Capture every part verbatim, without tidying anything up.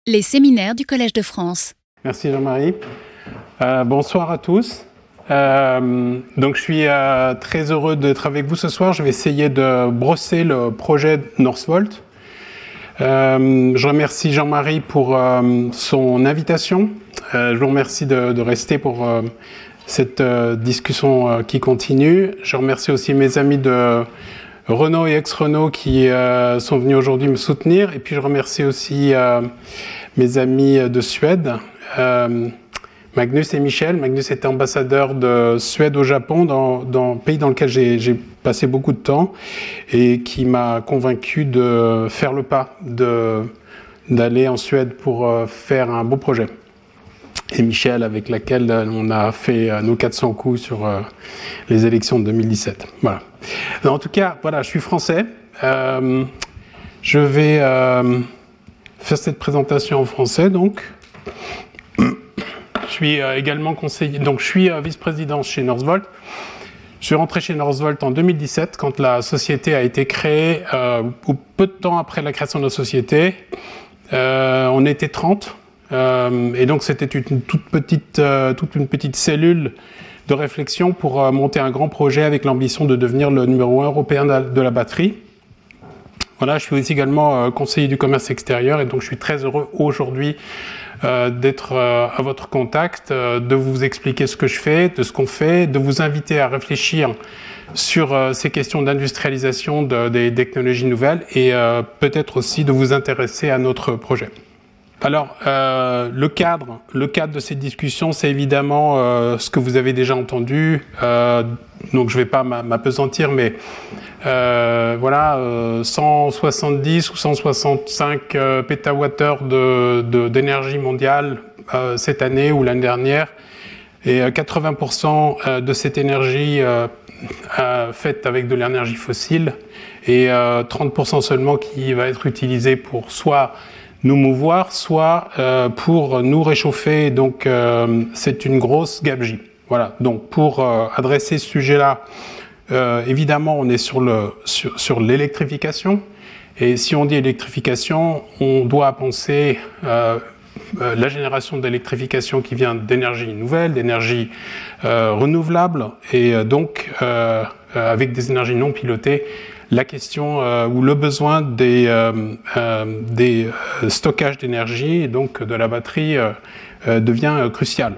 Les séminaires du Collège de France. Merci Jean-Marie. Euh, bonsoir à tous. Euh, donc je suis euh, très heureux d'être avec vous ce soir. Je vais essayer de brosser le projet Northvolt. Euh, je remercie Jean-Marie pour euh, son invitation. Euh, je vous remercie de, de rester pour euh, cette euh, discussion euh, qui continue. Je remercie aussi mes amis de Renault et ex-Renault qui euh, sont venus aujourd'hui me soutenir. Et puis je remercie aussi euh, mes amis de Suède, euh, Magnus et Michel. Magnus était ambassadeur de Suède au Japon, dans, dans un pays dans lequel j'ai, j'ai passé beaucoup de temps et qui m'a convaincu de faire le pas, de, d'aller en Suède pour euh, faire un beau projet. Et Michel, avec laquelle on a fait nos quatre cents coups sur euh, les élections de deux mille dix-sept. Voilà. En tout cas, voilà, je suis français. Euh, je vais euh, faire cette présentation en français, donc. Je suis euh, également conseiller, donc je suis euh, vice-président chez Northvolt. Je suis rentré chez Northvolt en deux mille dix-sept, quand la société a été créée, euh, ou peu de temps après la création de la société. Euh, on était trente. Euh, et donc c'était une toute petite, euh, toute une petite cellule de réflexion pour euh, monter un grand projet avec l'ambition de devenir le numéro un européen de, de la batterie. Voilà, je suis aussi également euh, conseiller du commerce extérieur et donc je suis très heureux aujourd'hui euh, d'être euh, à votre contact, euh, de vous expliquer ce que je fais, de ce qu'on fait, de vous inviter à réfléchir sur euh, ces questions d'industrialisation de, des technologies nouvelles et euh, peut-être aussi de vous intéresser à notre projet. Alors, euh, le cadre, le cadre de cette discussion, c'est évidemment euh, ce que vous avez déjà entendu. Euh, donc, je ne vais pas m'apesantir, mais euh, voilà, euh, cent soixante-dix ou cent soixante-cinq euh, pétawattheures de, de, d'énergie mondiale euh, cette année ou l'année dernière, et euh, quatre-vingts pour cent de cette énergie euh, euh, faite avec de l'énergie fossile, et euh, trente pour cent seulement qui va être utilisée pour soit nous mouvoir, soit euh, pour nous réchauffer. Donc, euh, c'est une grosse gabegie. Voilà. Donc, pour euh, adresser ce sujet-là, euh, évidemment, on est sur, le, sur, sur l'électrification. Et si on dit électrification, on doit penser euh, euh, la génération d'électrification qui vient d'énergie nouvelle, d'énergie euh, renouvelable, et euh, donc euh, euh, avec des énergies non pilotées. La question euh, ou le besoin des, euh, euh, des euh, stockages d'énergie et donc de la batterie euh, euh, devient euh, crucial.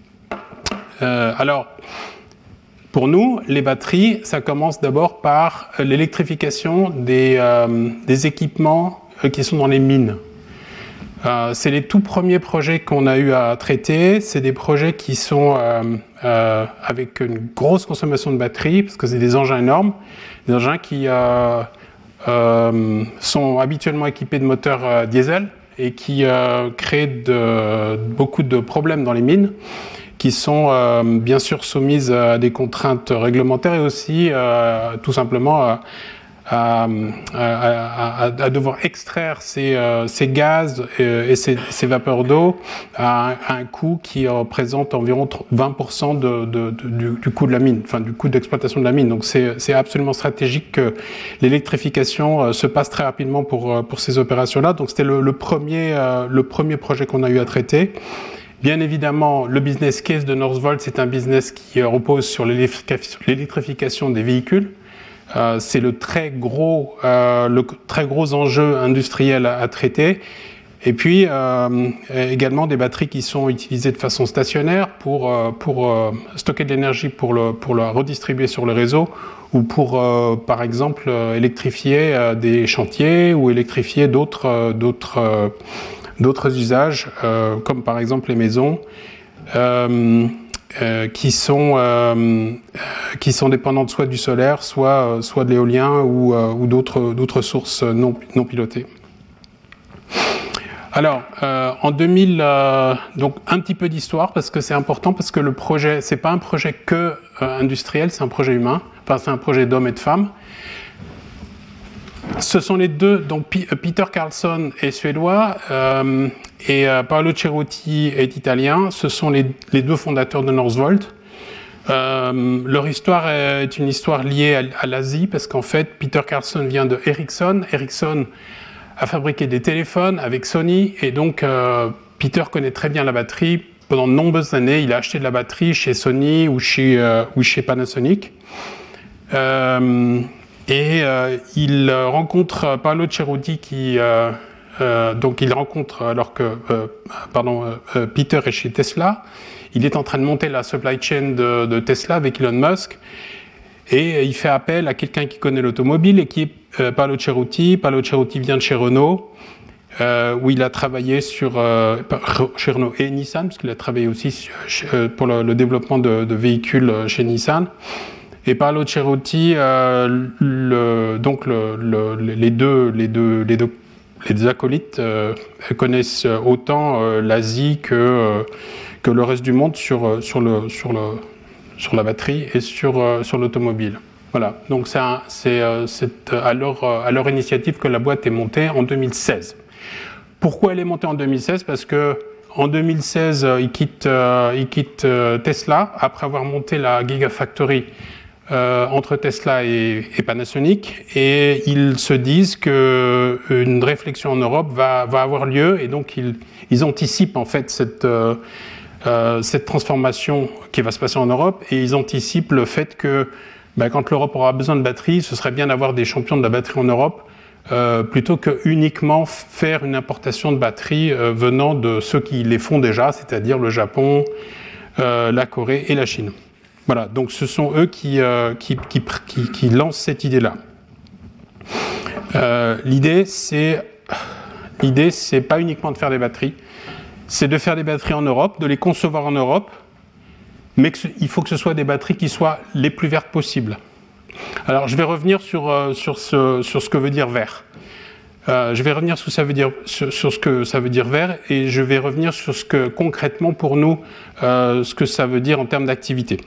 Euh, alors, pour nous, les batteries, ça commence d'abord par l'électrification des, euh, des équipements euh, qui sont dans les mines. Euh, c'est les tout premiers projets qu'on a eu à traiter. C'est des projets qui sont euh, euh, avec une grosse consommation de batterie, parce que c'est des engins énormes, des engins qui euh, euh, sont habituellement équipés de moteurs euh, diesel et qui euh, créent de, beaucoup de problèmes dans les mines, qui sont euh, bien sûr soumises à des contraintes réglementaires et aussi euh, tout simplement à À, à, à, à devoir extraire ces, euh, ces gaz et, et ces, ces vapeurs d'eau à un, à un coût qui représente environ vingt pour cent de, de, de, du, du coût de la mine, enfin du coût d'exploitation de la mine. Donc c'est, c'est absolument stratégique que l'électrification euh, se passe très rapidement pour, pour ces opérations-là. Donc c'était le, le, premier, euh, le premier projet qu'on a eu à traiter. Bien évidemment, le business case de Northvolt, c'est un business qui repose sur l'électrification des véhicules. Euh, c'est le très gros, euh, le très gros enjeu industriel à, à traiter. Et puis euh, également des batteries qui sont utilisées de façon stationnaire pour euh, pour euh, stocker de l'énergie pour le pour la redistribuer sur le réseau ou pour euh, par exemple électrifier euh, des chantiers ou électrifier d'autres euh, d'autres euh, d'autres usages euh, comme par exemple les maisons. Euh, Euh, qui sont euh, qui sont dépendantes soit du solaire, soit euh, soit de l'éolien ou, euh, ou d'autres d'autres sources non non pilotées. Alors euh, en deux mille, euh, donc un petit peu d'histoire parce que c'est important, parce que le projet, c'est pas un projet que euh, industriel, c'est un projet humain. Enfin, c'est un projet d'hommes et de femmes. Ce sont les deux, donc Peter Carlsson est suédois euh, et euh, Paolo Cerutti est italien. Ce sont les, les deux fondateurs de Northvolt. Euh, leur histoire est une histoire liée à, à l'Asie parce qu'en fait, Peter Carlsson vient de Ericsson. Ericsson a fabriqué des téléphones avec Sony, et donc euh, Peter connaît très bien la batterie. Pendant de nombreuses années, il a acheté de la batterie chez Sony ou chez, euh, ou chez Panasonic. Euh, et euh, il rencontre Paolo Ceruti qui... Euh, euh, donc il rencontre, alors que euh, pardon, euh, Peter est chez Tesla. Il est en train de monter la supply chain de, de Tesla avec Elon Musk. Et il fait appel à quelqu'un qui connaît l'automobile et qui est euh, Paolo Ceruti. Paolo Ceruti vient de chez Renault. Euh, où il a travaillé sur, euh, chez Renault et Nissan, parce qu'il a travaillé aussi sur, euh, pour le, le développement de, de véhicules chez Nissan. Et Paolo Ceruti, euh, le, donc le, le, les, deux, les, deux, les, deux, les deux acolytes euh, connaissent autant euh, l'Asie que, euh, que le reste du monde sur, sur, le, sur, le, sur la batterie et sur, euh, sur l'automobile. Voilà, donc c'est, un, c'est, euh, c'est à, leur, à leur initiative que la boîte est montée en deux mille seize. Pourquoi elle est montée en deux mille seize? Parce que en deux mille seize, euh, ils quittent, euh, ils quittent euh, Tesla après avoir monté la Gigafactory euh, entre Tesla et, et Panasonic, et ils se disent que une réflexion en Europe va, va avoir lieu, et donc ils, ils anticipent en fait cette, euh, euh, cette transformation qui va se passer en Europe, et ils anticipent le fait que ben, quand l'Europe aura besoin de batteries, ce serait bien d'avoir des champions de la batterie en Europe. Euh, plutôt que uniquement faire une importation de batteries euh, venant de ceux qui les font déjà, c'est-à-dire le Japon, euh, la Corée et la Chine. Voilà, donc ce sont eux qui, euh, qui, qui, qui, qui lancent cette idée-là. Euh, l'idée, c'est, l'idée, c'est pas uniquement de faire des batteries, c'est de faire des batteries en Europe, de les concevoir en Europe, mais que, il faut que ce soit des batteries qui soient les plus vertes possibles. Alors, je vais revenir sur, euh, sur, ce, sur ce que veut dire vert. Euh, je vais revenir sur, ça veut dire, sur, sur ce que ça veut dire vert, et je vais revenir sur ce que, concrètement, pour nous, euh, ce que ça veut dire en termes d'activité.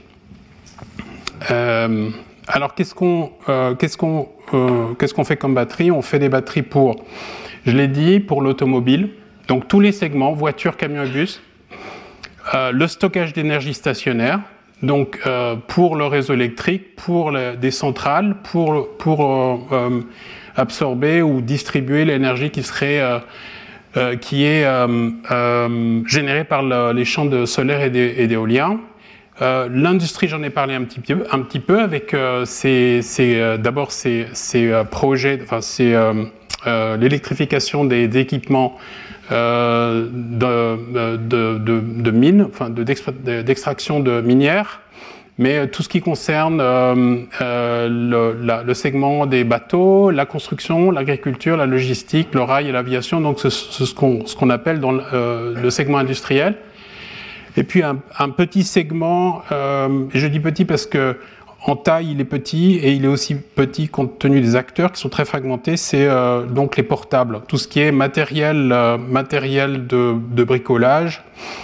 Euh, alors, qu'est-ce qu'on, euh, qu'est-ce qu'on, euh, qu'est-ce qu'on fait comme batterie? On fait des batteries pour, je l'ai dit, pour l'automobile, donc tous les segments, voitures, camions et bus, euh, le stockage d'énergie stationnaire, donc euh, pour le réseau électrique, pour les, des centrales, pour, pour euh, euh, absorber ou distribuer l'énergie qui serait euh, euh, qui est euh, euh, générée par le, les champs de solaire et, des, et d'éolien. Euh, l'industrie, j'en ai parlé un petit peu, un petit peu avec euh, ces, ces, euh, d'abord ces, ces euh, projets, enfin c'est euh, euh, l'électrification des, des équipements Euh, de, de, de, de mines, enfin de, d'extraction de minières, mais tout ce qui concerne euh, euh, le, la, le segment des bateaux, la construction, l'agriculture, la logistique, le rail et l'aviation, donc c'est ce qu'on, ce qu'on appelle dans le, euh, le segment industriel. Et puis un, un petit segment, euh, et je dis petit parce que en taille, il est petit, et il est aussi petit compte tenu des acteurs qui sont très fragmentés, c'est euh, donc les portables. Tout ce qui est matériel, euh, matériel de, de bricolage,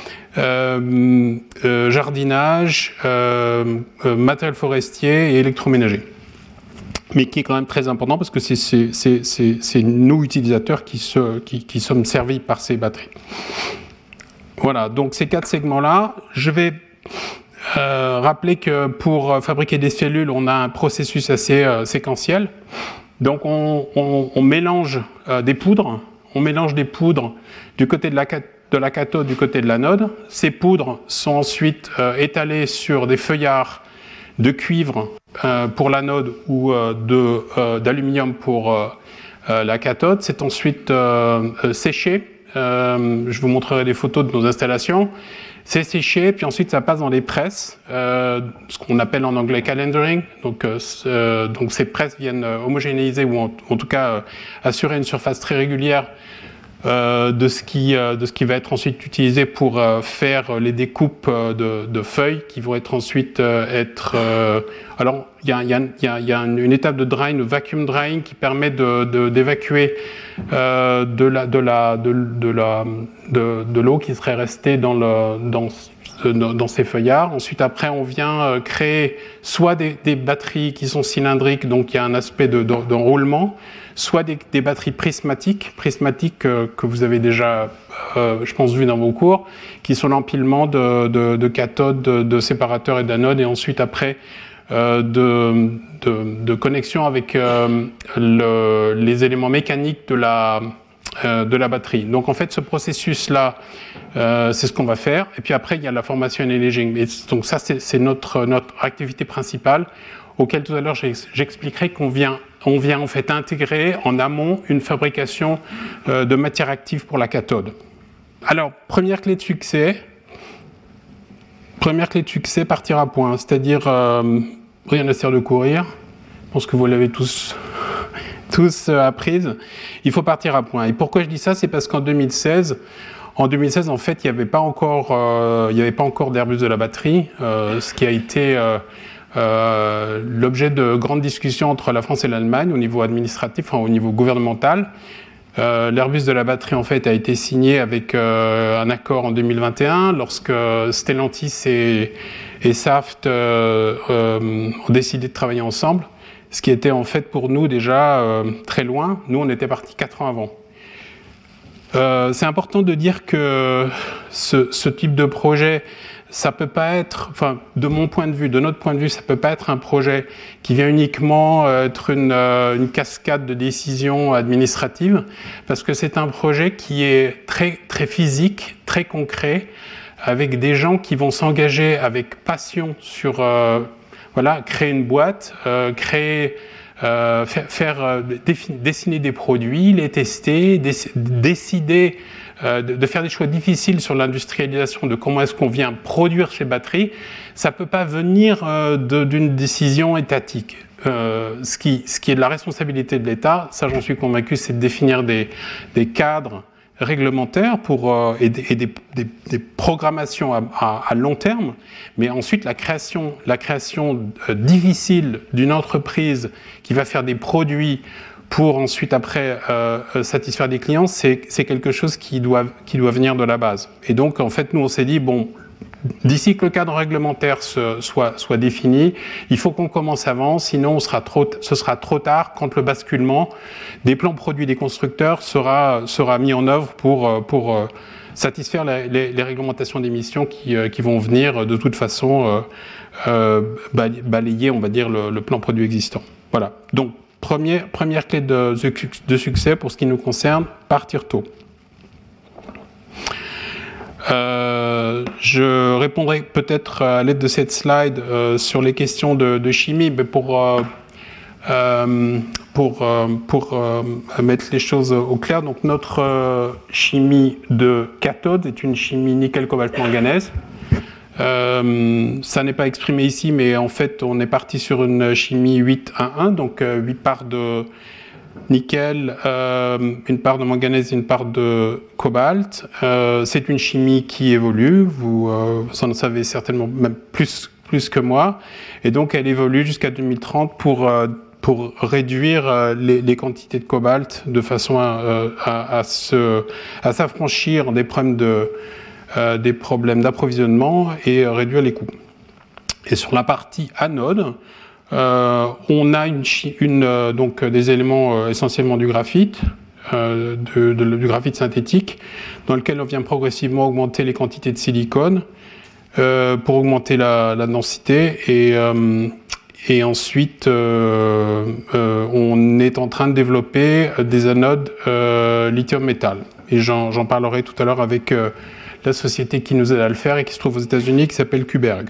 euh, euh, jardinage, euh, euh, matériel forestier et électroménager. Mais qui est quand même très important parce que c'est, c'est, c'est, c'est, c'est nous, utilisateurs, qui, se, qui, qui sommes servis par ces batteries. Voilà, donc ces quatre segments-là, je vais... Euh, rappeler que pour fabriquer des cellules, on a un processus assez euh, séquentiel. Donc on, on, on mélange euh, des poudres, on mélange des poudres du côté de la, de la cathode, du côté de l'anode. Ces poudres sont ensuite euh, étalées sur des feuillards de cuivre euh, pour l'anode ou euh, de, euh, d'aluminium pour euh, euh, la cathode. C'est ensuite euh, euh, séché. Euh, je vous montrerai des photos de nos installations. C'est séché, puis ensuite ça passe dans les presses, euh, ce qu'on appelle en anglais calendaring. Donc, euh, donc ces presses viennent homogénéiser ou en, en tout cas euh, assurer une surface très régulière euh, de, ce qui, euh, de ce qui va être ensuite utilisé pour euh, faire les découpes euh, de, de feuilles qui vont être ensuite euh, être. Euh, alors il y a, y a, y a, y a une étape de drying, le vacuum drying, qui permet de, de, d'évacuer euh, de la de la de, de la de, de l'eau qui serait restée dans le dans dans ces feuillards. Ensuite, après, on vient euh, créer soit des, des batteries qui sont cylindriques, donc il y a un aspect de, de, d'enroulement, soit des, des batteries prismatiques, prismatiques euh, que vous avez déjà, euh, je pense, vu dans vos cours, qui sont l'empilement de, de, de cathodes, de, de séparateurs et d'anodes, et ensuite après euh, de, de, de connexion avec euh, le, les éléments mécaniques de la, euh, de la batterie. Donc en fait, ce processus-là, euh, c'est ce qu'on va faire. Et puis après, il y a la formation and imaging. Et donc ça, c'est, c'est notre, notre activité principale, auquel tout à l'heure j'expliquerai qu'on vient, on vient en fait intégrer en amont une fabrication euh, de matière active pour la cathode. Alors, première clé de succès, première clé de succès, partir à point, c'est-à-dire euh, rien ne sert de courir. Je pense que vous l'avez tous, tous euh, apprise. Il faut partir à point. Et pourquoi je dis ça? C'est parce qu'en deux mille seize, en deux mille seize, en fait, il n'y avait pas encore, euh, il n'y avait pas encore d'Airbus de la batterie, euh, ce qui a été euh, euh, l'objet de grandes discussions entre la France et l'Allemagne au niveau administratif, enfin, au niveau gouvernemental. Euh, L'Airbus de la batterie, en fait, a été signé avec euh, un accord en deux mille vingt et un, lorsque Stellantis et, et Saft euh, euh, ont décidé de travailler ensemble, ce qui était en fait pour nous déjà euh, très loin. Nous, on était partis quatre ans avant. Euh, c'est important de dire que ce, ce type de projet, ça peut pas être, enfin, de mon point de vue, de notre point de vue, ça peut pas être un projet qui vient uniquement être une, une cascade de décisions administratives, parce que c'est un projet qui est très, très physique, très concret, avec des gens qui vont s'engager avec passion sur, euh, voilà, créer une boîte, euh, créer, euh, faire, faire euh, dessiner des produits, les tester, décider Euh, de, de faire des choix difficiles sur l'industrialisation de comment est-ce qu'on vient produire ces batteries, ça peut pas venir euh, de, d'une décision étatique. Euh, ce, qui, ce qui est de la responsabilité de l'État, ça j'en suis convaincu, c'est de définir des, des cadres réglementaires pour, euh, et, des, et des, des, des programmations à, à, à long terme, mais ensuite la création, la création euh, difficile d'une entreprise qui va faire des produits pour ensuite après euh, satisfaire des clients, c'est, c'est quelque chose qui doit, qui doit venir de la base. Et donc en fait nous on s'est dit bon, d'ici que le cadre réglementaire se, soit, soit défini, il faut qu'on commence avant, sinon on sera trop, ce sera trop tard quand le basculement des plans produits des constructeurs sera, sera mis en œuvre pour, pour euh, satisfaire les, les, les réglementations d'émissions qui, euh, qui vont venir de toute façon euh, euh, balayer, on va dire, le, le plan produit existant. Voilà. Donc Première, première clé de, de succès pour ce qui nous concerne, partir tôt. Euh, je répondrai peut-être à l'aide de cette slide euh, sur les questions de, de chimie, mais pour, euh, euh, pour, euh, pour euh, mettre les choses au clair. Donc notre euh, chimie de cathode est une chimie nickel-cobalt-manganèse. Euh, ça n'est pas exprimé ici, mais en fait, on est parti sur une chimie huit un un, donc euh, huit parts de nickel, euh, une part de manganèse, une part de cobalt. Euh, c'est une chimie qui évolue, vous, euh, vous en savez certainement même plus, plus que moi, et donc elle évolue jusqu'à deux mille trente pour, euh, pour réduire euh, les, les quantités de cobalt de façon à, à, à, se, à s'affranchir des problèmes de Euh, des problèmes d'approvisionnement et euh, réduire les coûts. Et sur la partie anode, euh, on a une, une, euh, donc des éléments euh, essentiellement du graphite, euh, de, de, du graphite synthétique, dans lequel on vient progressivement augmenter les quantités de silicone euh, pour augmenter la, la densité et, euh, et ensuite euh, euh, on est en train de développer des anodes euh, lithium-métal. Et j'en, j'en parlerai tout à l'heure avec euh, la société qui nous aide à le faire et qui se trouve aux États-Unis, qui s'appelle Kuberg.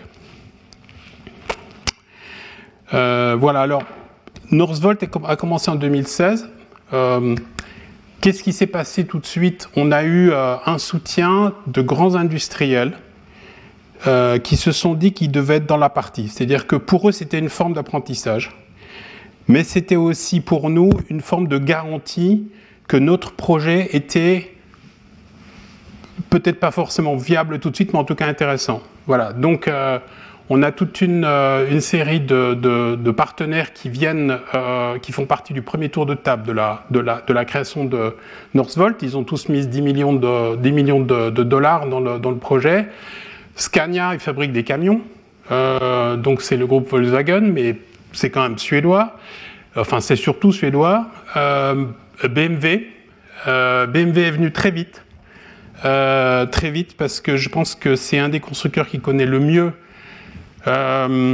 Euh, voilà, alors, Northvolt a commencé en deux mille seize. Euh, qu'est-ce qui s'est passé tout de suite? On a eu euh, un soutien de grands industriels euh, qui se sont dit qu'ils devaient être dans la partie. C'est-à-dire que pour eux, c'était une forme d'apprentissage. Mais c'était aussi pour nous une forme de garantie que notre projet était peut-être pas forcément viable tout de suite, mais en tout cas intéressant. Voilà, donc euh, on a toute une, euh, une série de, de, de partenaires qui viennent, euh, qui font partie du premier tour de table de la, de la, de la création de Northvolt. Ils ont tous mis dix millions de, dix millions de, de dollars dans le, dans le projet. Scania, ils fabriquent des camions, euh, donc c'est le groupe Volkswagen, mais c'est quand même suédois. Enfin, c'est surtout suédois. Euh, B M W, euh, B M W est venu très vite. Euh, très vite parce que je pense que c'est un des constructeurs qui connaît le mieux euh,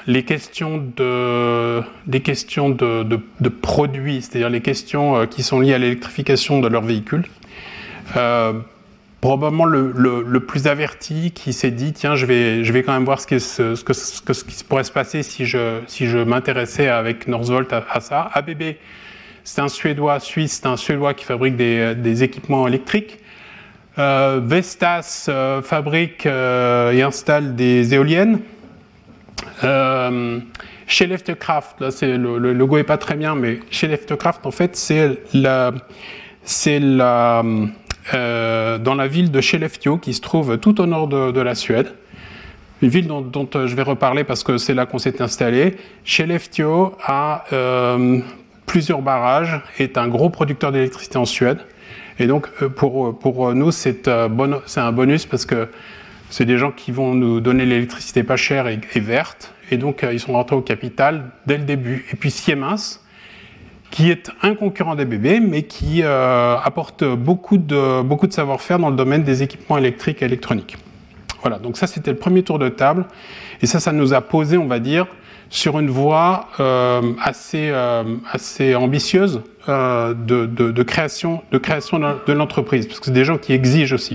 les questions de, des questions de, de, de produits, c'est-à-dire les questions euh, qui sont liées à l'électrification de leurs véhicules. Euh, probablement le, le, le plus averti qui s'est dit tiens, je vais, je vais quand même voir ce, qui, ce, ce, que, ce, que, ce qui pourrait se passer si je, si je m'intéressais avec Northvolt à, à ça. A B B, c'est un Suédois, Suisse, c'est un Suédois qui fabrique des, des équipements électriques. Euh, Vestas euh, fabrique euh, et installe des éoliennes. Euh, chez Leftcraft, là c'est le, le logo est pas très bien, mais chez Leftcraft en fait c'est la, c'est la, euh, dans la ville de Skellefteå qui se trouve tout au nord de, de la Suède, une ville dont, dont je vais reparler parce que c'est là qu'on s'est installé. Skellefteå a euh, plusieurs barrages, est un gros producteur d'électricité en Suède, et donc pour pour nous c'est euh, bon, c'est un bonus parce que c'est des gens qui vont nous donner l'électricité pas chère et, et verte. Et donc, euh, ils sont rentrés au capital dès le début. Et puis Siemens, qui est un concurrent d'A B B, mais qui euh, apporte beaucoup de, beaucoup de savoir-faire dans le domaine des équipements électriques et électroniques. Voilà, donc ça, c'était le premier tour de table. Et ça, ça nous a posé, on va dire, sur une voie euh, assez, euh, assez ambitieuse euh, de, de, de création, de, création de l'entreprise. Parce que c'est des gens qui exigent aussi.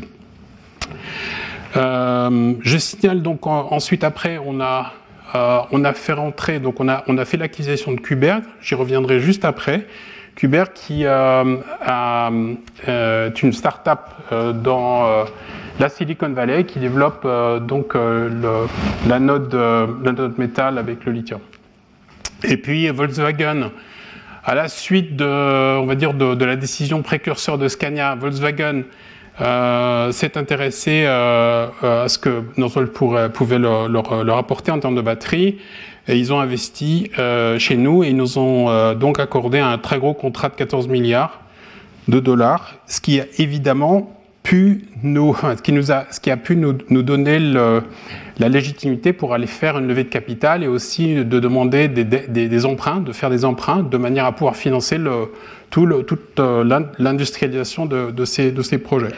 Euh, je signale donc en, ensuite après on a euh, on a fait rentrer donc on a on a fait l'acquisition de Kuberg, j'y reviendrai juste après. Kuberg qui euh, a, euh, est une start-up euh, dans euh, la Silicon Valley qui développe euh, donc euh, le, la node euh, la node métal avec le lithium. Et puis Volkswagen, à la suite de on va dire de, de la décision précurseur de Scania, Volkswagen Euh, s'est intéressé euh, à ce que Northvolt pourrait, pouvait leur, leur, leur apporter en termes de batterie, et ils ont investi euh, chez nous et ils nous ont euh, donc accordé un très gros contrat de quatorze milliards de dollars, ce qui a évidemment pu nous, enfin, ce qui nous a, ce qui a pu nous, nous donner le, la légitimité pour aller faire une levée de capital et aussi de demander des, des, des emprunts, de faire des emprunts de manière à pouvoir financer le Tout le, toute euh, l'industrialisation de, de, ces, de ces projets.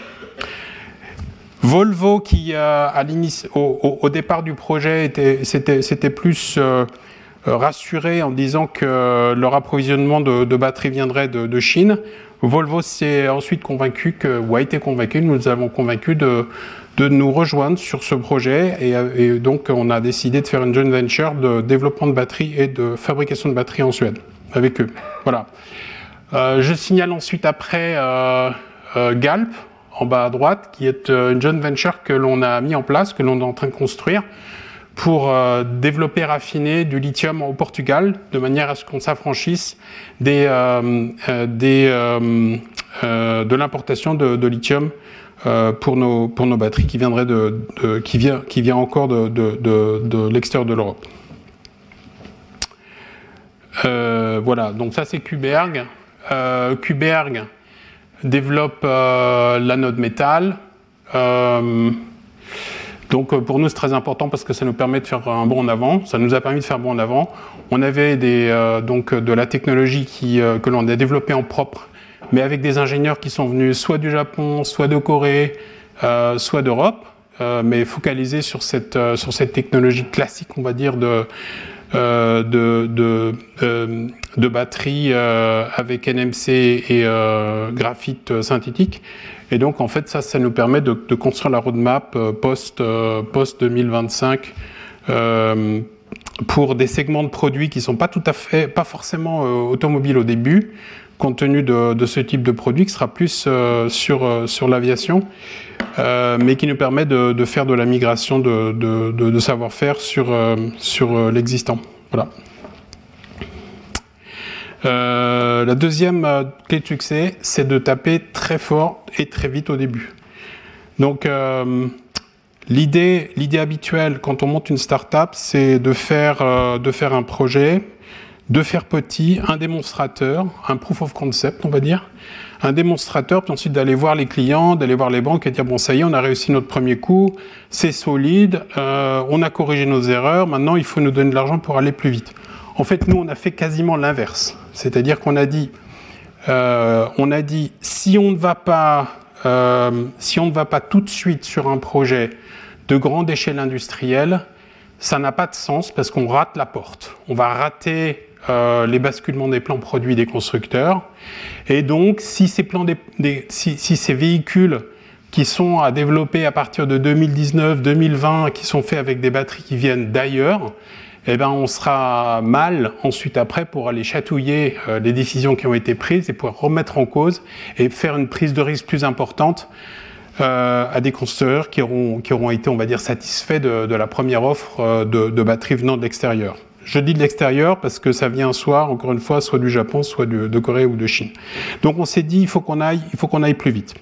Volvo, qui euh, à au, au, au départ du projet était, c'était, c'était plus euh, rassuré en disant que leur approvisionnement de, de batteries viendrait de, de Chine. Volvo s'est ensuite convaincu, que, ou a été convaincu, nous avons convaincu de, de nous rejoindre sur ce projet et, et donc on a décidé de faire une joint venture de développement de batteries et de fabrication de batteries en Suède avec eux. Voilà. Euh, je signale ensuite après euh, euh, Galp, en bas à droite, qui est euh, une joint venture que l'on a mis en place, que l'on est en train de construire, pour euh, développer et raffiner du lithium au Portugal, de manière à ce qu'on s'affranchisse des, euh, euh, des, euh, euh, de l'importation de, de lithium euh, pour, nos, pour nos batteries qui, viendraient de, de, qui, vient, qui vient encore de, de, de, de l'extérieur de l'Europe. Euh, voilà, donc ça c'est Kuberg. Euh, Kuberg développe euh, l'anode métal. Euh, donc pour nous c'est très important parce que ça nous permet de faire un bond en avant. Ça nous a permis de faire un bond en avant. On avait des, euh, donc de la technologie qui, euh, que l'on a développée en propre, mais avec des ingénieurs qui sont venus soit du Japon, soit de Corée, euh, soit d'Europe, euh, mais focalisés sur cette, euh, sur cette technologie classique, on va dire, de Euh, de, de, euh, de batterie euh, avec N M C et euh, graphite synthétique. Et donc, en fait, ça, ça nous permet de, de construire la roadmap euh, post, euh, post deux mille vingt-cinq euh, pour des segments de produits qui ne sont pas tout à fait, pas forcément euh, automobiles au début, compte tenu de, de ce type de produit qui sera plus euh, sur, euh, sur l'aviation. Euh, mais qui nous permet de, de faire de la migration de, de, de, de savoir-faire sur, euh, sur euh, l'existant. Voilà. Euh, la deuxième euh, clé de succès, c'est de taper très fort et très vite au début. Donc, euh, l'idée, l'idée habituelle quand on monte une start-up, c'est de faire, euh, de faire un projet, de faire petit, un démonstrateur, un proof of concept, on va dire, un démonstrateur, puis ensuite d'aller voir les clients, d'aller voir les banques et dire bon ça y est, on a réussi notre premier coup, c'est solide, euh, on a corrigé nos erreurs, maintenant il faut nous donner de l'argent pour aller plus vite. En fait, nous on a fait quasiment l'inverse, c'est-à-dire qu'on a dit, euh, on a dit si on ne va pas, euh, si on ne va pas tout de suite sur un projet de grande échelle industrielle, ça n'a pas de sens parce qu'on rate la porte. On va rater euh, les basculements des plans produits des constructeurs. Et donc, si ces, plans des, des, si, si ces véhicules qui sont à développer à partir de deux mille dix-neuf deux mille vingt, qui sont faits avec des batteries qui viennent d'ailleurs, eh ben, on sera mal ensuite après pour aller chatouiller euh, les décisions qui ont été prises et pouvoir remettre en cause et faire une prise de risque plus importante euh, à des constructeurs qui auront, qui auront été, on va dire, satisfaits de, de la première offre euh, de, de batteries venant de l'extérieur. Je dis de l'extérieur parce que ça vient soit, encore une fois, soit du Japon, soit de, de Corée ou de Chine. Donc on s'est dit, il faut qu'on aille, il faut qu'on aille plus vite.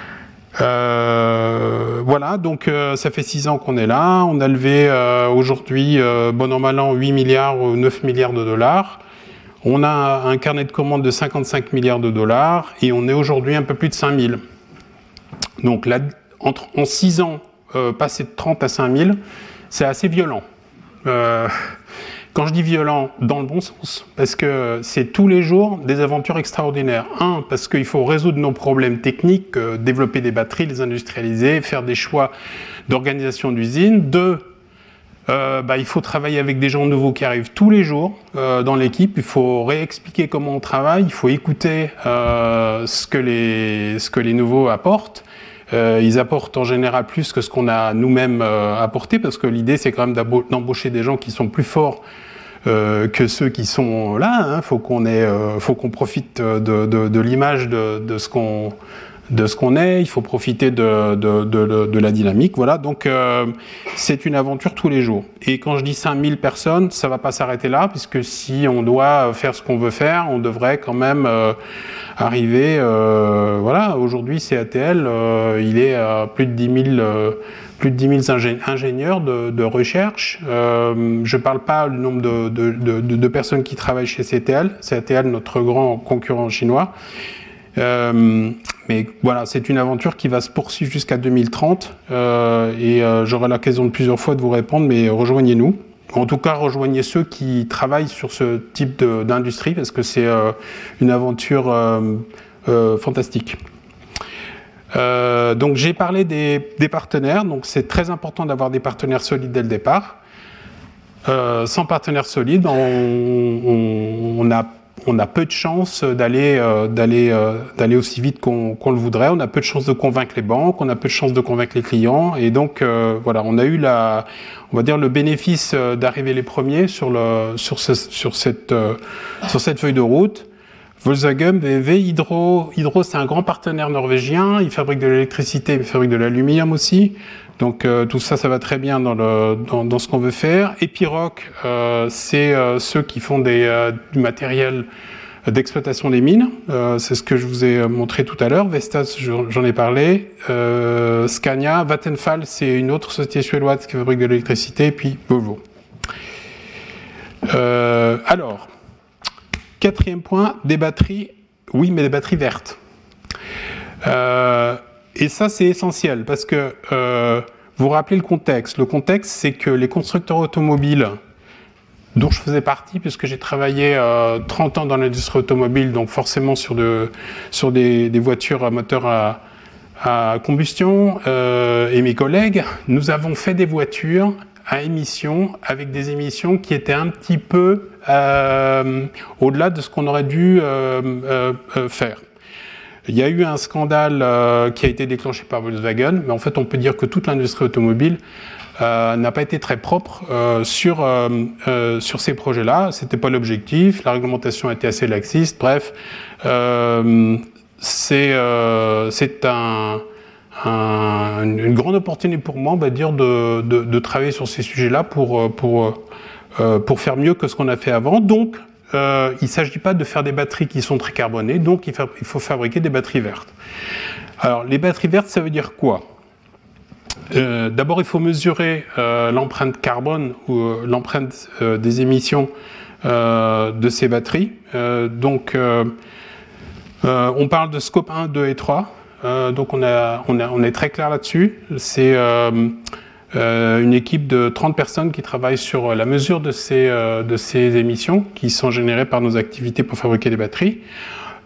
Euh, voilà, donc euh, ça fait six ans qu'on est là. On a levé euh, aujourd'hui, euh, bon an mal an, huit milliards ou neuf milliards de dollars. On a un carnet de commandes de cinquante-cinq milliards de dollars et on est aujourd'hui un peu plus de cinq mille. Donc là, entre, en six ans, euh, passer de trente à cinq mille, c'est assez violent. Euh, Quand je dis violent, dans le bon sens, parce que c'est tous les jours des aventures extraordinaires. Un, parce qu'il faut résoudre nos problèmes techniques, euh, développer des batteries, les industrialiser, faire des choix d'organisation d'usine. Deux, euh, bah, il faut travailler avec des gens nouveaux qui arrivent tous les jours euh, dans l'équipe. Il faut réexpliquer comment on travaille, il faut écouter euh, ce que les, ce que les nouveaux apportent. Euh, ils apportent en général plus que ce qu'on a nous-mêmes euh, apporté, parce que l'idée c'est quand même d'embaucher des gens qui sont plus forts euh, que ceux qui sont là. Hein. Faut qu'on ait, euh, faut qu'on profite de, de, de l'image de, de ce qu'on, de ce qu'on est. Il faut profiter de, de, de, de la dynamique. Voilà. Donc euh, c'est une aventure tous les jours. Et quand je dis cinq mille personnes, ça va pas s'arrêter là, puisque si on doit faire ce qu'on veut faire, on devrait quand même euh, arriver. Euh, voilà. Aujourd'hui, C A T L, euh, il est à plus de dix mille. Euh, plus de dix mille ingé- ingénieurs de, de recherche. Euh, je ne parle pas du nombre de, de, de, de personnes qui travaillent chez C A T L. C A T L, notre grand concurrent chinois. Euh, mais voilà, c'est une aventure qui va se poursuivre jusqu'à deux mille trente. Euh, et euh, j'aurai l'occasion de plusieurs fois de vous répondre, mais rejoignez-nous. En tout cas, rejoignez ceux qui travaillent sur ce type de, d'industrie, parce que c'est euh, une aventure euh, euh, fantastique. Euh, donc j'ai parlé des, des partenaires, donc c'est très important d'avoir des partenaires solides dès le départ. Euh, sans partenaires solides, on, on, on, a, on a peu de chances d'aller, euh, d'aller, euh, d'aller aussi vite qu'on, qu'on le voudrait. On a peu de chances de convaincre les banques, on a peu de chances de convaincre les clients, et donc euh, voilà, on a eu la, on va dire le bénéfice d'arriver les premiers sur le, sur ce, sur cette, euh, sur cette feuille de route. Volkswagen, B M W, Hydro. Hydro, c'est un grand partenaire norvégien. Il fabrique de l'électricité, il fabrique de l'aluminium aussi. Donc euh, tout ça, ça va très bien dans, le, dans, dans ce qu'on veut faire. Epiroc, euh, c'est euh, ceux qui font des, euh, du matériel d'exploitation des mines. Euh, c'est ce que je vous ai montré tout à l'heure. Vestas, j'en ai parlé. Euh, Scania, Vattenfall, c'est une autre société suédoise qui fabrique de l'électricité. Et puis Volvo. Euh, alors... Quatrième point, des batteries, oui, mais des batteries vertes. Euh, et ça, c'est essentiel parce que euh, vous vous rappelez le contexte. Le contexte, c'est que les constructeurs automobiles, dont je faisais partie, puisque j'ai travaillé euh, trente ans dans l'industrie automobile, donc forcément sur, de, sur des, des voitures à moteur à, à combustion, euh, et mes collègues, nous avons fait des voitures à émissions, avec des émissions qui étaient un petit peu euh, au-delà de ce qu'on aurait dû euh, euh, euh, faire. Il y a eu un scandale euh, qui a été déclenché par Volkswagen, mais en fait on peut dire que toute l'industrie automobile euh, n'a pas été très propre euh, sur, euh, euh, sur ces projets-là. C'était pas l'objectif, la réglementation était assez laxiste, bref, euh, c'est, euh, c'est un... Un, une grande opportunité pour moi, on va dire, de, de, de travailler sur ces sujets-là pour, pour, euh, pour faire mieux que ce qu'on a fait avant. Donc, euh, il ne s'agit pas de faire des batteries qui sont très carbonées, donc il, fa- il faut fabriquer des batteries vertes. Alors, les batteries vertes, ça veut dire quoi ? euh, D'abord, il faut mesurer euh, l'empreinte carbone ou euh, l'empreinte euh, des émissions euh, de ces batteries. Euh, donc, euh, euh, on parle de scope un, deux et trois. Euh, donc on, a, on, a, on est très clair là-dessus. C'est euh, euh, une équipe de trente personnes qui travaille sur la mesure de ces, euh, de ces émissions qui sont générées par nos activités pour fabriquer des batteries.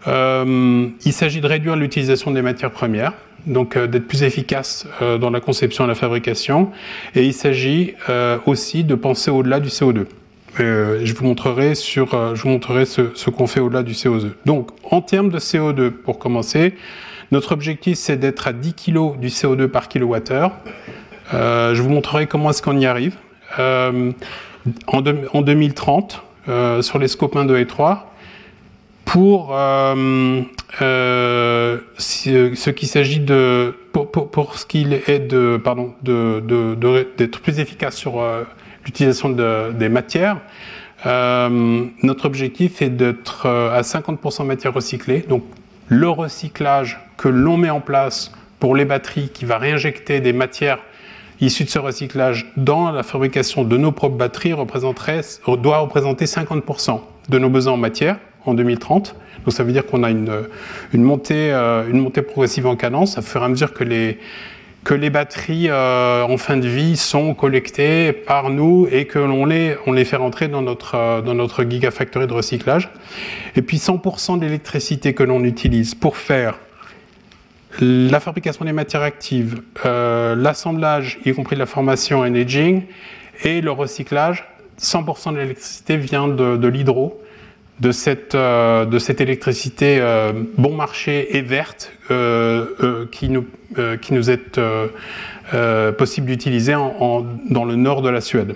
Euh, il s'agit de réduire l'utilisation des matières premières, donc euh, d'être plus efficace euh, dans la conception et la fabrication. Et il s'agit euh, aussi de penser au-delà du C O deux. Euh, je vous montrerai, sur, euh, je vous montrerai ce, ce qu'on fait au-delà du C O deux. Donc, en termes de C O deux, pour commencer, notre objectif, c'est d'être à dix kilos du C O deux par kilowattheure. Euh, je vous montrerai comment est-ce qu'on y arrive. Euh, en, de, en deux mille trente, euh, sur les scopes un, deux et trois, pour euh, euh, si, ce qu'il s'agit de... Pour, pour, pour ce qu'il est de... Pardon, de, de, de, d'être plus efficace sur euh, l'utilisation de, des matières, euh, notre objectif est d'être à cinquante pour cent matières recyclées. Donc, le recyclage que l'on met en place pour les batteries, qui va réinjecter des matières issues de ce recyclage dans la fabrication de nos propres batteries, représenterait, doit représenter cinquante pour cent de nos besoins en matière en deux mille trente. Donc ça veut dire qu'on a une, une, montée, euh, une montée progressive en cadence, à fur et à mesure que les, que les batteries euh, en fin de vie sont collectées par nous et que l'on les, on les fait rentrer dans notre, euh, dans notre gigafactory de recyclage. Et puis cent pour cent de l'électricité que l'on utilise pour faire la fabrication des matières actives, euh, l'assemblage, y compris la formation and aging, et le recyclage, cent pour cent de l'électricité vient de, de l'hydro, de cette, euh, de cette électricité euh, bon marché et verte euh, euh, qui, nous, euh, qui nous est euh, euh, possible d'utiliser en, en, dans le nord de la Suède.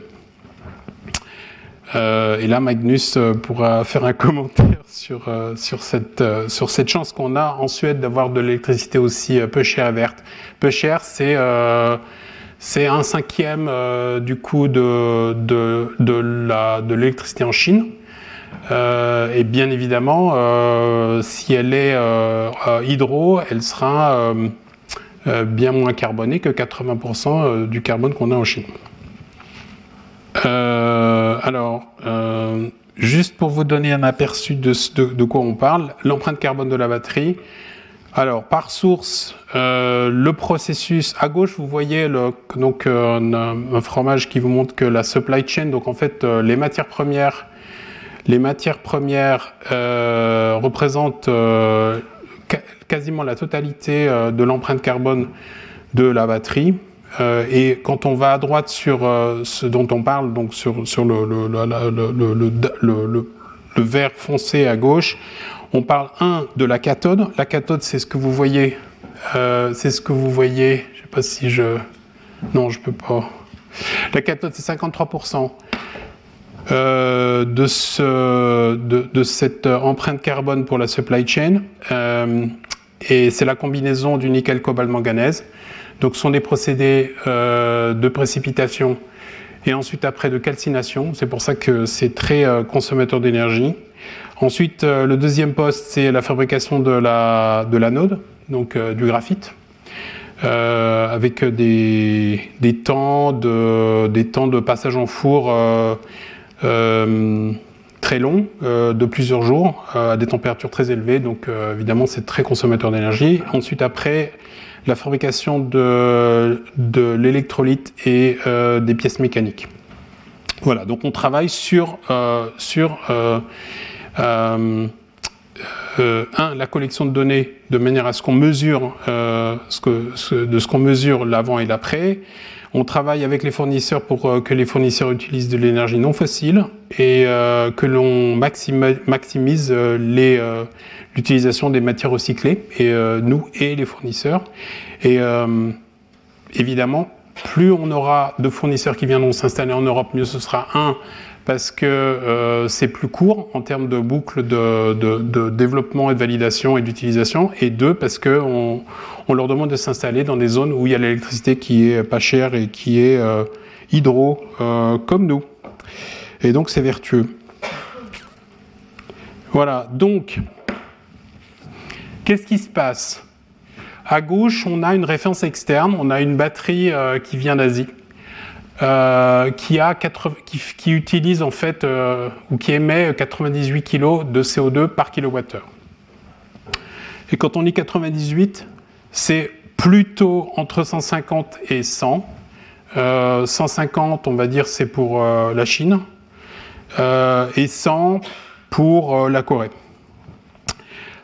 Euh, et là, Magnus euh, pourra faire un commentaire sur, euh, sur, cette, euh, sur cette chance qu'on a en Suède d'avoir de l'électricité aussi euh, peu chère et verte. Peu chère, c'est euh, c'est un cinquième euh, du coût de, de, de, la, de l'électricité en Chine. Euh, et bien évidemment, euh, si elle est euh, hydro, elle sera euh, euh, bien moins carbonée que quatre-vingts pour cent du carbone qu'on a en Chine. Euh, alors, euh, juste pour vous donner un aperçu de, de, de quoi on parle, l'empreinte carbone de la batterie. Alors, par source, euh, le processus, à gauche, vous voyez le, donc, euh, un, un fromage qui vous montre que la supply chain, donc en fait, euh, les matières premières, les matières premières euh, représentent euh, ca- quasiment la totalité euh, de l'empreinte carbone de la batterie. Euh, et quand on va à droite sur euh, ce dont on parle, donc sur, sur le, le, le, le, le, le, le, le, le vert foncé à gauche, on parle, un, de la cathode. La cathode, c'est ce que vous voyez. Euh, c'est ce que vous voyez. Je ne sais pas si je... Non, je ne peux pas. La cathode, c'est cinquante-trois pour cent euh, de, ce, de, de cette empreinte carbone pour la supply chain. Euh, et c'est la combinaison du nickel, cobalt, manganèse. Donc, ce sont des procédés euh, de précipitation et ensuite après de calcination. C'est pour ça que c'est très euh, consommateur d'énergie. Ensuite, euh, le deuxième poste, c'est la fabrication de la de l'anode, donc euh, du graphite, euh, avec des, des, temps de, des temps de passage en four euh, euh, très longs, euh, de plusieurs jours, euh, à des températures très élevées. Donc, euh, évidemment, c'est très consommateur d'énergie. Ensuite, après, la fabrication de, de l'électrolyte et euh, des pièces mécaniques. Voilà, donc on travaille sur, euh, sur euh, euh, euh, un, la collection de données de manière à ce qu'on mesure euh, ce que, ce, de ce qu'on mesure l'avant et l'après. On travaille avec les fournisseurs pour euh, que les fournisseurs utilisent de l'énergie non fossile et euh, que l'on maximi- maximise euh, les, euh, l'utilisation des matières recyclées, et euh, nous et les fournisseurs. Et euh, évidemment, plus on aura de fournisseurs qui viendront s'installer en Europe, mieux ce sera. Un, parce que euh, c'est plus court en termes de boucle de, de, de développement et de validation et d'utilisation. Et deux, parce qu'on on leur demande de s'installer dans des zones où il y a l'électricité qui est pas chère et qui est euh, hydro, euh, comme nous. Et donc c'est vertueux. Voilà, donc, qu'est-ce qui se passe ? À gauche, on a une référence externe, on a une batterie euh, qui vient d'Asie. Euh, qui, a quatre-vingts, qui, qui utilise en fait euh, ou qui émet quatre-vingt-dix-huit kilos de C O deux par kilowattheure. Et quand on dit quatre-vingt-dix-huit, c'est plutôt entre cent cinquante et cent. Euh, cent cinquante, on va dire, c'est pour euh, la Chine euh, et cent pour euh, la Corée.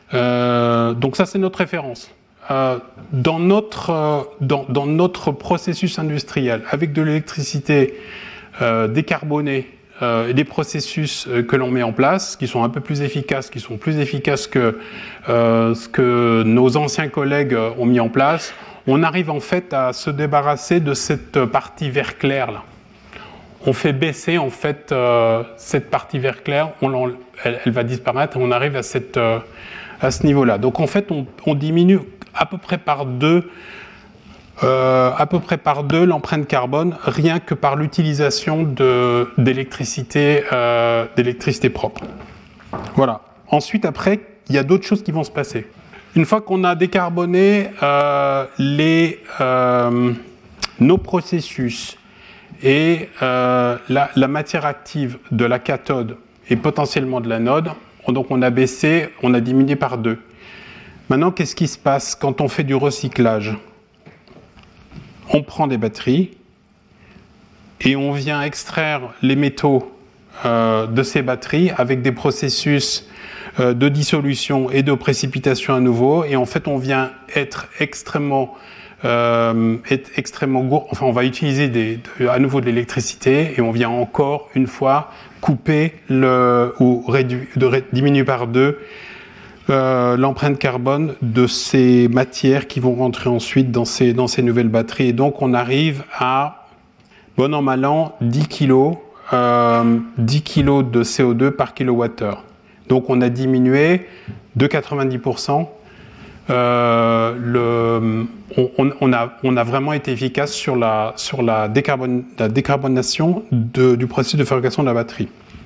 Euh, donc ça, c'est notre référence. Euh, dans, notre, euh, dans, dans notre processus industriel, avec de l'électricité euh, décarbonée, euh, et des processus euh, que l'on met en place, qui sont un peu plus efficaces, qui sont plus efficaces que euh, ce que nos anciens collègues ont mis en place, on arrive en fait à se débarrasser de cette partie vert clair là. On fait baisser en fait euh, cette partie vert clair, on elle, elle va disparaître et on arrive à, cette, euh, à ce niveau-là. Donc en fait, on, on diminue à peu près par deux, euh, à peu près par deux l'empreinte carbone, rien que par l'utilisation de, d'électricité, euh, d'électricité propre. Voilà. Ensuite, après, il y a d'autres choses qui vont se passer. Une fois qu'on a décarboné euh, les, euh, nos processus et euh, la, la matière active de la cathode et potentiellement de l'anode, donc on a baissé, on a diminué par deux. Maintenant, qu'est-ce qui se passe quand on fait du recyclage? On prend des batteries et on vient extraire les métaux euh, de ces batteries avec des processus de dissolution et de précipitation à nouveau, et en fait on vient être extrêmement euh, être extrêmement gourd, enfin on va utiliser des, de, à nouveau de l'électricité et on vient encore une fois couper le, ou réduire, de ré, diminuer par deux euh, l'empreinte carbone de ces matières qui vont rentrer ensuite dans ces, dans ces nouvelles batteries, et donc on arrive à, bon an mal an, dix kilos, euh, dix kilos de C O deux par kilowattheure. Donc on a diminué de quatre-vingt-dix pour cent. Euh, le, on, on, a, on a vraiment été efficace sur la, sur la, décarbon, la décarbonation de, du processus de fabrication de la batterie.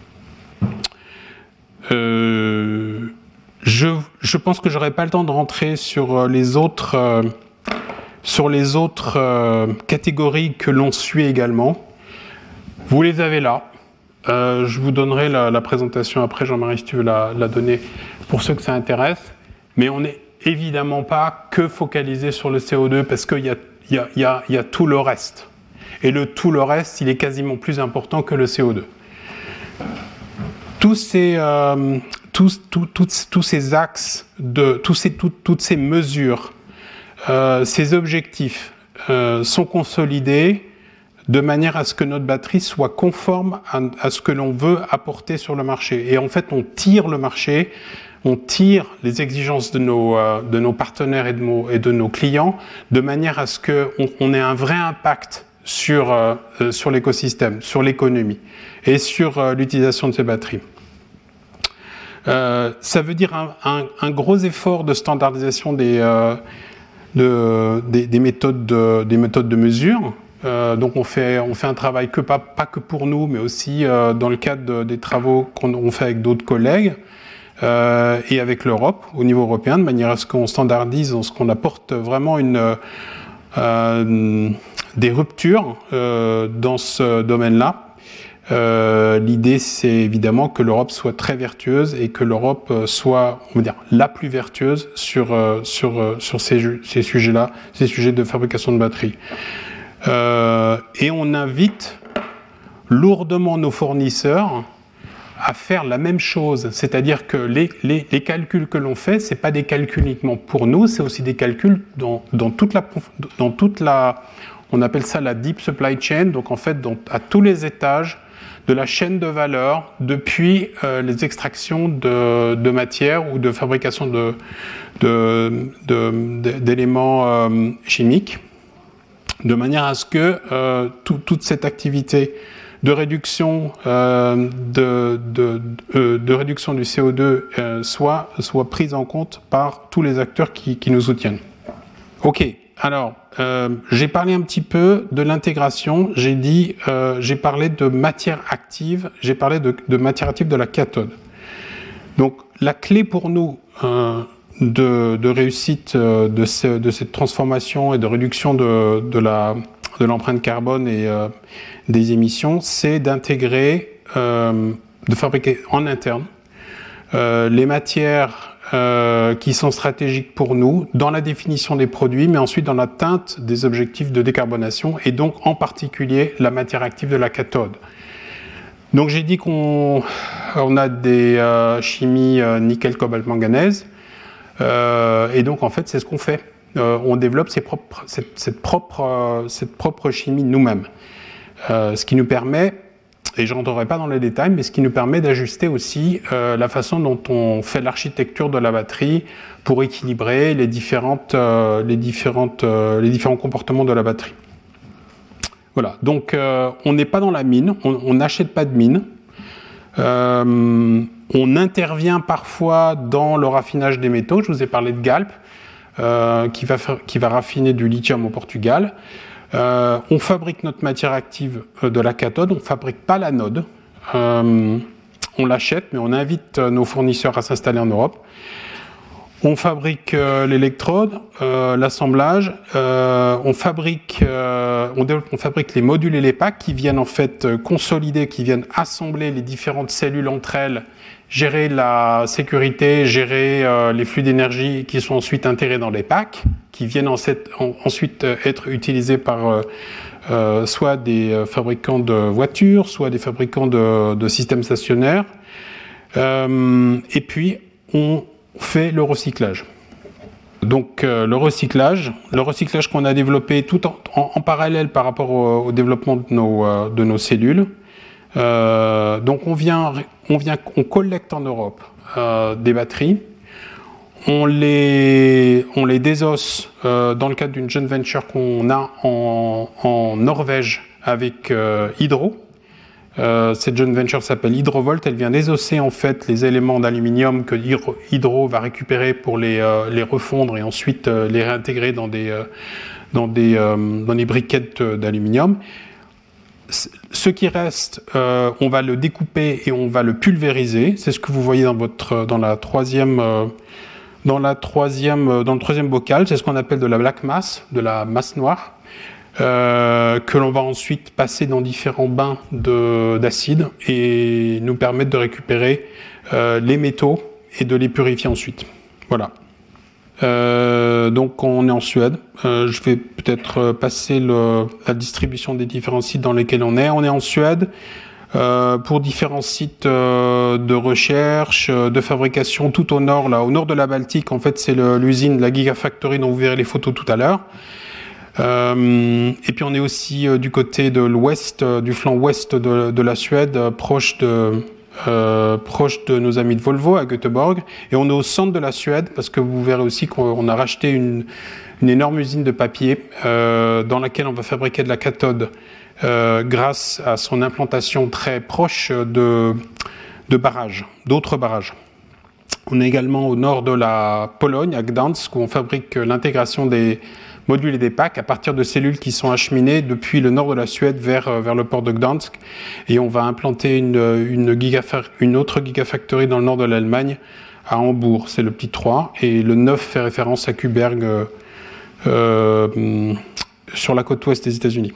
Euh, je, je pense que je n'aurai pas le temps de rentrer sur les autres, euh, sur les autres euh, catégories que l'on suit également. Vous les avez là. Euh, je vous donnerai la, la présentation après, Jean-Marie, si tu veux la, la donner pour ceux que ça intéresse. Mais on n'est évidemment pas que focalisé sur le C O deux parce qu'il y a, y a, y a, y a tout le reste. Et le tout le reste, il est quasiment plus important que le C O deux. Tous ces, euh, tous, tous, tous, tous ces axes, de, tous ces, tout, toutes ces mesures, euh, ces objectifs euh, sont consolidés de manière à ce que notre batterie soit conforme à, à ce que l'on veut apporter sur le marché. Et en fait, on tire le marché, on tire les exigences de nos, euh, de nos partenaires et de nos, et de nos clients, de manière à ce qu'on on ait un vrai impact sur, euh, sur l'écosystème, sur l'économie et sur euh, l'utilisation de ces batteries. Euh, ça veut dire un, un, un gros effort de standardisation des, euh, de, des, des, méthodes de, des méthodes de mesure. Euh, donc on fait, on fait un travail que pas, pas que pour nous, mais aussi euh, dans le cadre de, des travaux qu'on fait avec d'autres collègues euh, et avec l'Europe, au niveau européen, de manière à ce qu'on standardise, à ce qu'on apporte vraiment une, euh, des ruptures euh, dans ce domaine-là. Euh, l'idée, c'est évidemment que l'Europe soit très vertueuse et que l'Europe soit, on va dire, la plus vertueuse sur, euh, sur, euh, sur ces, ces sujets-là, ces sujets de fabrication de batteries. Euh, et on invite lourdement nos fournisseurs à faire la même chose, c'est-à-dire que les, les, les calculs que l'on fait, c'est pas des calculs uniquement pour nous, c'est aussi des calculs dans, dans, toute la, dans toute la, on appelle ça la deep supply chain, donc en fait dans, à tous les étages de la chaîne de valeur, depuis euh, les extractions de, de matières ou de fabrication de, de, de, de, d'éléments euh, chimiques, de manière à ce que euh, tout, toute cette activité de réduction, euh, de, de, de, de réduction du C O deux euh, soit, soit prise en compte par tous les acteurs qui, qui nous soutiennent. Ok, alors euh, j'ai parlé un petit peu de l'intégration, j'ai dit, euh, j'ai parlé de matière active, j'ai parlé de, de matière active de la cathode. Donc la clé pour nous euh, de, de réussite de, ce, de cette transformation et de réduction de, de la de l'empreinte carbone et euh, des émissions, c'est d'intégrer, euh, de fabriquer en interne euh, les matières euh, qui sont stratégiques pour nous dans la définition des produits, mais ensuite dans l'atteinte des objectifs de décarbonation et donc en particulier la matière active de la cathode. Donc j'ai dit qu'on on a des euh, chimies euh, nickel, cobalt, manganèse. Euh, et donc, en fait, c'est ce qu'on fait. Euh, on développe ses propres, cette, cette, propre, euh, cette propre chimie nous-mêmes. Euh, ce qui nous permet, et je ne rentrerai pas dans les détails, mais ce qui nous permet d'ajuster aussi euh, la façon dont on fait l'architecture de la batterie pour équilibrer les, différentes, euh, les, différentes, euh, les différents comportements de la batterie. Voilà, donc euh, on n'est pas dans la mine, on n'achète pas de mine. Euh, on intervient parfois dans le raffinage des métaux. Je vous ai parlé de Galp, euh, qui, va faire, qui va raffiner du lithium au Portugal. Euh, on fabrique notre matière active de la cathode, on ne fabrique pas l'anode. Euh, on l'achète, mais on invite nos fournisseurs à s'installer en Europe. On fabrique euh, l'électrode, euh, l'assemblage, euh, on fabrique, euh, on, développe, on fabrique les modules et les packs qui viennent en fait euh, consolider, qui viennent assembler les différentes cellules entre elles, gérer la sécurité, gérer euh, les flux d'énergie qui sont ensuite intégrés dans les packs, qui viennent en cette, en, ensuite être utilisés par euh, euh, soit des fabricants de voitures, soit des fabricants de, de systèmes stationnaires. Euh, et puis, on fait le recyclage. Donc euh, le recyclage, le recyclage qu'on a développé tout en, en, en parallèle par rapport au, au développement de nos, euh, de nos cellules. Euh, donc on vient, on vient, on collecte en Europe euh, des batteries, on les, on les désosse euh, dans le cadre d'une joint venture qu'on a en, en Norvège avec euh, Hydro. Euh, cette joint venture s'appelle Hydrovolt. Elle vient désosser en fait les éléments d'aluminium que Hydro va récupérer pour les, euh, les refondre et ensuite euh, les réintégrer dans des, euh, dans des, euh, dans des briquettes d'aluminium. Ce qui reste, euh, on va le découper et on va le pulvériser. C'est ce que vous voyez dans, votre, dans, la troisième, euh, dans, la troisième, dans le troisième bocal. C'est ce qu'on appelle de la black mass, de la masse noire. Euh, que l'on va ensuite passer dans différents bains d'acide et nous permettre de récupérer euh, les métaux et de les purifier ensuite. Voilà. Euh, donc on est en Suède. Euh, je vais peut-être passer le, la distribution des différents sites dans lesquels on est. On est en Suède euh, pour différents sites euh, de recherche, de fabrication tout au nord, là, au nord de la Baltique. En fait, c'est l'usine, la Gigafactory dont vous verrez les photos tout à l'heure. Euh, et puis on est aussi euh, du côté de l'ouest, euh, du flanc ouest de, de la Suède, euh, proche de euh, proche de nos amis de Volvo à Göteborg. Et on est au centre de la Suède parce que vous verrez aussi qu'on a racheté une, une énorme usine de papier euh, dans laquelle on va fabriquer de la cathode euh, grâce à son implantation très proche de, de barrages, d'autres barrages. On est également au nord de la Pologne, à Gdansk, où on fabrique l'intégration des modules et des packs à partir de cellules qui sont acheminées depuis le nord de la Suède vers, vers le port de Gdansk. Et on va implanter une, une, gigafa- une autre gigafactory dans le nord de l'Allemagne, à Hambourg. C'est le petit trois. Et le neuf fait référence à Kuberg, euh, euh, sur la côte ouest des États-Unis.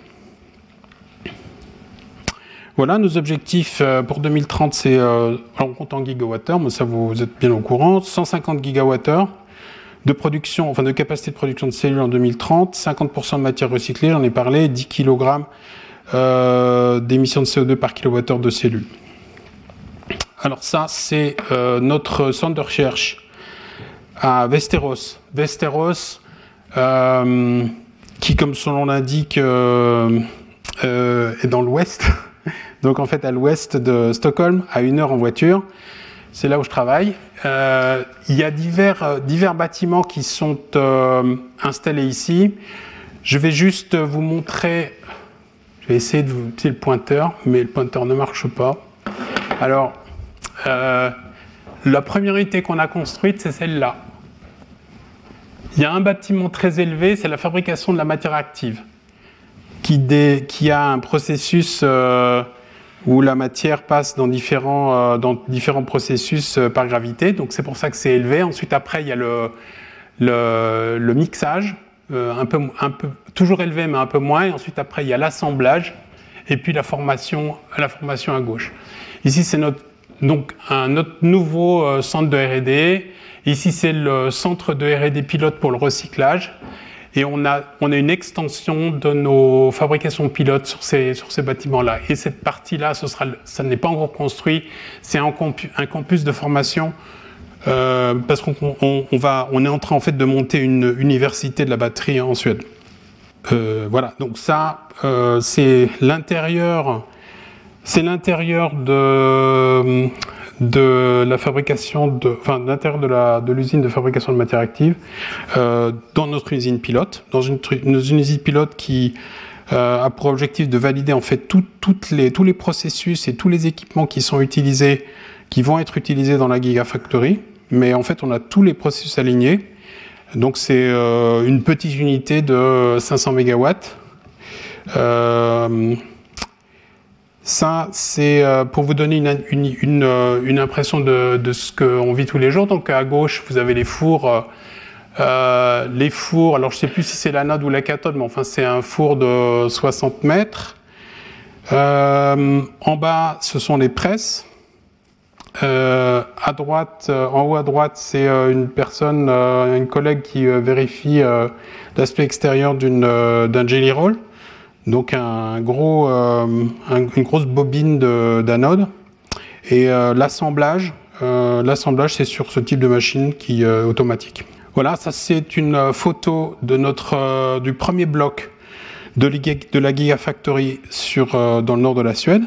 Voilà, nos objectifs pour deux mille trente, c'est, euh, on compte en gigawattheure, mais ça vous, vous êtes bien au courant, cent cinquante gigawattheures de production, enfin de capacité de production de cellules en deux mille trente, cinquante pour cent de matière recyclée, j'en ai parlé, dix kilogrammes euh, d'émissions de C O deux par kilowattheure de cellules. Alors ça, c'est euh, notre centre de recherche à Västerås. Västerås, euh, qui, comme son nom l'indique, euh, euh, est dans l'ouest. Donc en fait à l'ouest de Stockholm, à une heure en voiture. C'est là où je travaille. Euh, il y a divers, euh, divers bâtiments qui sont euh, installés ici. Je vais juste vous montrer, je vais essayer de vous utiliser le pointeur, mais le pointeur ne marche pas. Alors, euh, la première unité qu'on a construite, c'est celle-là. Il y a un bâtiment très élevé, c'est la fabrication de la matière active, qui, dé, qui a un processus euh, où la matière passe dans différents, euh, dans différents processus euh, par gravité. Donc c'est pour ça que c'est élevé. Ensuite, après, il y a le, le, le mixage, euh, un peu, un peu, toujours élevé, mais un peu moins. Et ensuite, après, il y a l'assemblage et puis la formation, la formation à gauche. Ici, c'est notre, donc, un notre nouveau euh, centre de R et D. Ici, c'est le centre de R et D pilote pour le recyclage. Et on a, on a une extension de nos fabrications pilotes sur ces, sur ces bâtiments-là. Et cette partie-là, ce sera, ça n'est pas encore construit. C'est un campus, un campus de formation euh, parce qu'on on, on va, on est en train en fait de monter une université de la batterie en Suède. Euh, voilà, donc ça, euh, c'est l'intérieur, c'est l'intérieur de, de la fabrication, de, enfin l'intérieur de, la, de l'usine de fabrication de matières actives, euh, dans notre usine pilote, dans une, une usine pilote qui euh, a pour objectif de valider en fait tout, toutes les, tous les processus et tous les équipements qui sont utilisés, qui vont être utilisés dans la Gigafactory, mais en fait on a tous les processus alignés. Donc c'est euh, une petite unité de cinq cents mégawatts. Euh, ça, c'est euh, pour vous donner une, une, une, une impression de, de ce qu'on vit tous les jours. Donc à gauche, vous avez les fours. Euh, les fours, alors je ne sais plus si c'est l'anode ou la cathode, mais enfin c'est un four de soixante mètres. Euh, en bas, ce sont les presses. Euh, à droite, euh, en haut à droite, c'est euh, une personne, euh, une collègue qui euh, vérifie euh, l'aspect extérieur d'une, euh, d'un jelly roll, donc un gros, euh, un, une grosse bobine de, d'anode. Et euh, l'assemblage, euh, l'assemblage, c'est sur ce type de machine qui est euh, automatique. Voilà, ça c'est une photo de notre, euh, du premier bloc de, de la Gigafactory sur, euh, dans le nord de la Suède.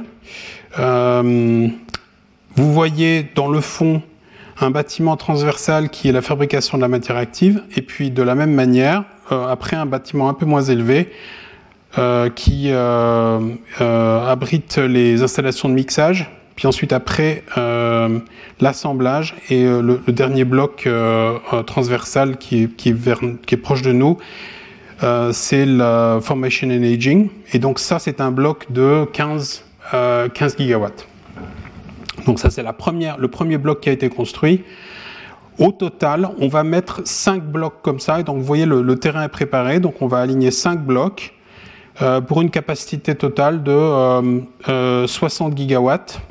Euh, Vous voyez dans le fond un bâtiment transversal qui est la fabrication de la matière active, et puis de la même manière, euh, après un bâtiment un peu moins élevé euh, qui euh, euh, abrite les installations de mixage, puis ensuite après euh, l'assemblage et euh, le, le dernier bloc euh, euh, transversal qui est, qui, est vers, qui est proche de nous, euh, c'est la Formation and Aging, et donc ça c'est un bloc de quinze, euh, quinze gigawatts. Donc ça, c'est la première, le premier bloc qui a été construit. Au total, on va mettre cinq blocs comme ça. Et donc, vous voyez, le, le terrain est préparé. Donc, on va aligner cinq blocs euh, pour une capacité totale de euh, euh, soixante gigawatts,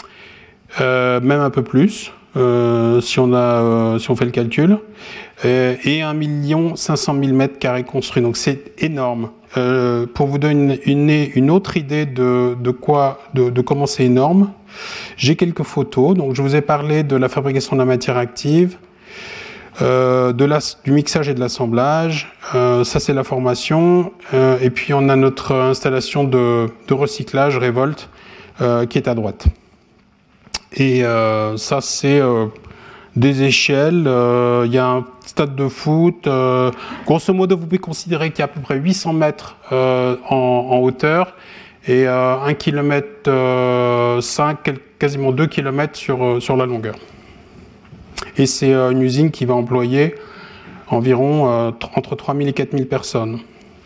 euh, même un peu plus, euh, si, on a, euh, si on fait le calcul, euh, et un million cinq cent mille mètres carrés construits. Donc, c'est énorme. Euh, pour vous donner une, une, une autre idée de, de, quoi, de, de comment c'est énorme, j'ai quelques photos. Donc, je vous ai parlé de la fabrication de la matière active, euh, de la, du mixage et de l'assemblage. Euh, ça, c'est la formation. Euh, et puis, on a notre installation de, de recyclage, Revolt, euh, qui est à droite. Et euh, ça, c'est euh, des échelles. Euh, il y a un stade de foot. Euh, grosso modo, vous pouvez considérer qu'il y a à peu près huit cents mètres euh, en, en hauteur et euh, un kilomètre cinq, quasiment deux kilomètres sur, euh, sur la longueur. Et c'est euh, une usine qui va employer environ euh, entre trois mille et quatre mille personnes.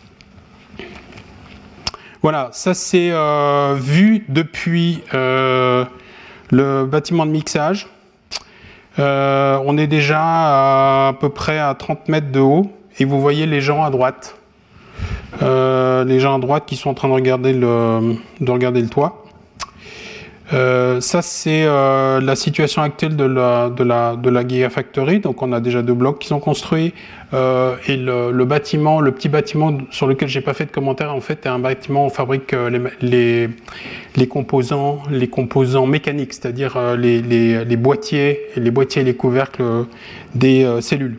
Voilà, ça c'est euh, vu depuis euh, le bâtiment de mixage. Euh, on est déjà à, à peu près à trente mètres de haut et vous voyez les gens à droite. Euh, les gens à droite qui sont en train de regarder le, de regarder le toit. Euh, ça, c'est euh, la situation actuelle de la, de, la, de la Gigafactory. Donc, on a déjà deux blocs qui sont construits. Euh, et le, le bâtiment, le petit bâtiment sur lequel j'ai pas fait de commentaire, en fait, est un bâtiment où on fabrique euh, les, les, les composants, les composants mécaniques, c'est-à-dire euh, les, les, les boîtiers, les boîtiers et les couvercles des euh, cellules.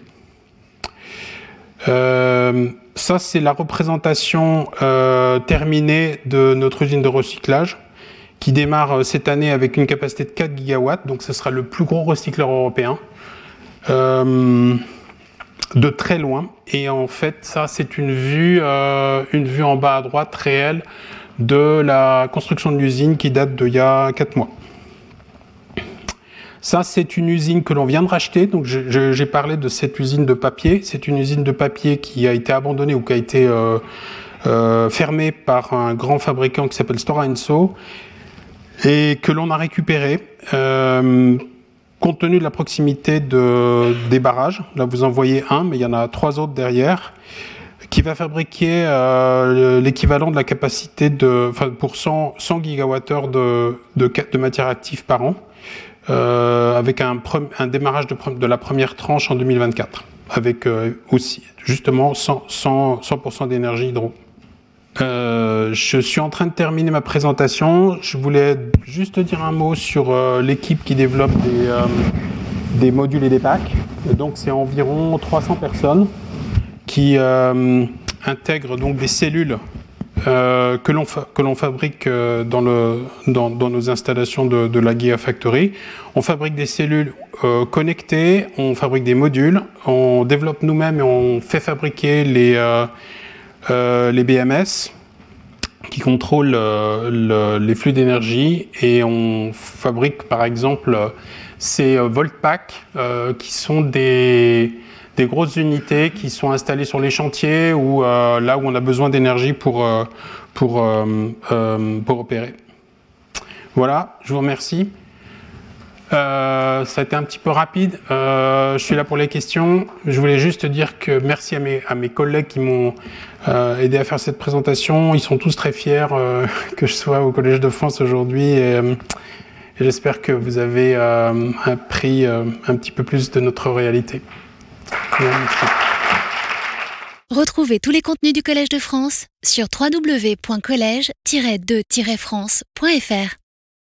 Euh, ça, c'est la représentation euh, terminée de notre usine de recyclage, qui démarre cette année avec une capacité de quatre gigawatts, donc ce sera le plus gros recycleur européen, euh, de très loin. Et en fait, ça, c'est une vue, euh, une vue en bas à droite réelle de la construction de l'usine qui date d'il y a quatre mois. Ça, c'est une usine que l'on vient de racheter. Donc, je, je, j'ai parlé de cette usine de papier. C'est une usine de papier qui a été abandonnée ou qui a été euh, euh, fermée par un grand fabricant qui s'appelle Stora Enso, et que l'on a récupéré euh, compte tenu de la proximité de, des barrages. Là, vous en voyez un, mais il y en a trois autres derrière, qui va fabriquer euh, l'équivalent de la capacité de, enfin, pour cent, cent gigawattheures de, de, de matière active par an, euh, avec un, un démarrage de, de la première tranche en deux mille vingt-quatre, avec euh, aussi justement cent pour cent d'énergie hydro. Euh, je suis en train de terminer ma présentation. Je voulais juste dire un mot sur euh, l'équipe qui développe des, euh, des modules et des packs. Donc c'est environ trois cents personnes qui euh, intègrent donc des cellules euh, que l'on fa- que l'on fabrique euh, dans, le, dans, dans nos installations de, de la Gigafactory. On fabrique des cellules euh, connectées, on fabrique des modules, on développe nous-mêmes et on fait fabriquer les, euh, euh, les B M S qui contrôlent euh, le, les flux d'énergie, et on fabrique par exemple ces euh, Voltpack euh, qui sont des, des grosses unités qui sont installées sur les chantiers ou euh, là où on a besoin d'énergie pour, euh, pour, euh, euh, pour opérer. Voilà, je vous remercie. Euh, ça a été un petit peu rapide. Euh, je suis là pour les questions. Je voulais juste dire que merci à mes, à mes collègues qui m'ont euh, aidé à faire cette présentation. Ils sont tous très fiers euh, que je sois au Collège de France aujourd'hui. Et, euh, et j'espère que vous avez euh, appris euh, un petit peu plus de notre réalité. Merci. Retrouvez tous les contenus du Collège de France sur w w w point collège tiret de tiret france point f r.